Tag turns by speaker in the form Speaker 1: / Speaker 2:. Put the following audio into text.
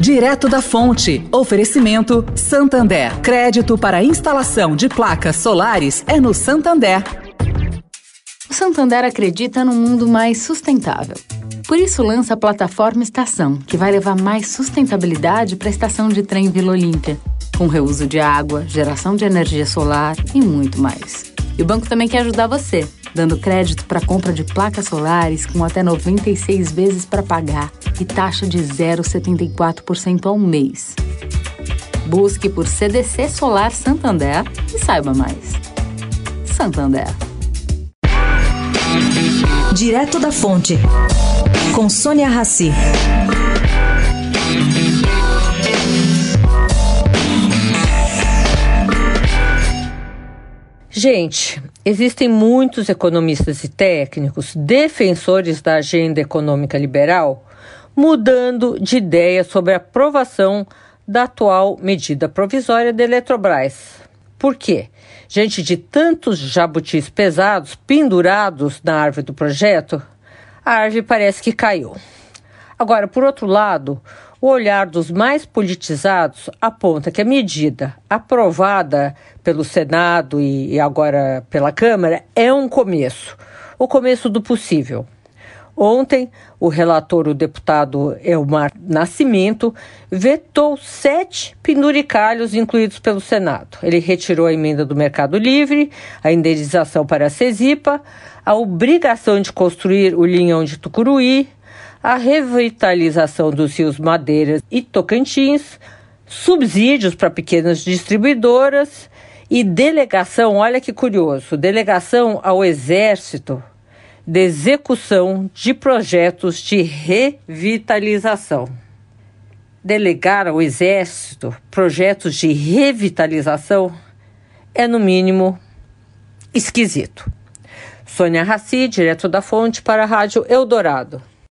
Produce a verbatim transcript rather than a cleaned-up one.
Speaker 1: Direto da Fonte. Oferecimento Santander. Crédito para instalação de placas solares é no Santander.
Speaker 2: O Santander acredita num mundo mais sustentável. Por isso lança a plataforma Estação, que vai levar mais sustentabilidade para a estação de trem Vila Olímpia, com reuso de água, geração de energia solar e muito mais. E o banco também quer ajudar você, dando crédito para compra de placas solares com até noventa e seis vezes para pagar e taxa de zero vírgula setenta e quatro por cento ao mês. Busque por C D C Solar Santander e saiba mais. Santander.
Speaker 3: Direto da Fonte, com Sônia Rassi.
Speaker 4: Gente, existem muitos economistas e técnicos defensores da agenda econômica liberal mudando de ideia sobre a aprovação da atual medida provisória da Eletrobras. Por quê? Diante de tantos jabutis pesados pendurados na árvore do projeto, a árvore parece que caiu. Agora, por outro lado, o olhar dos mais politizados aponta que a medida aprovada pelo Senado e agora pela Câmara é um começo, o começo do possível. Ontem, o relator, o deputado Elmar Nascimento, vetou sete penduricalhos incluídos pelo Senado. Ele retirou a emenda do Mercado Livre, a indenização para a Cesipa, a obrigação de construir o linhão de Tucuruí, a revitalização dos rios Madeiras e Tocantins, subsídios para pequenas distribuidoras e delegação, olha que curioso, delegação ao Exército de execução de projetos de revitalização. Delegar ao Exército projetos de revitalização é, no mínimo, esquisito. Sônia Rassi, direto da Fonte, para a Rádio Eldorado.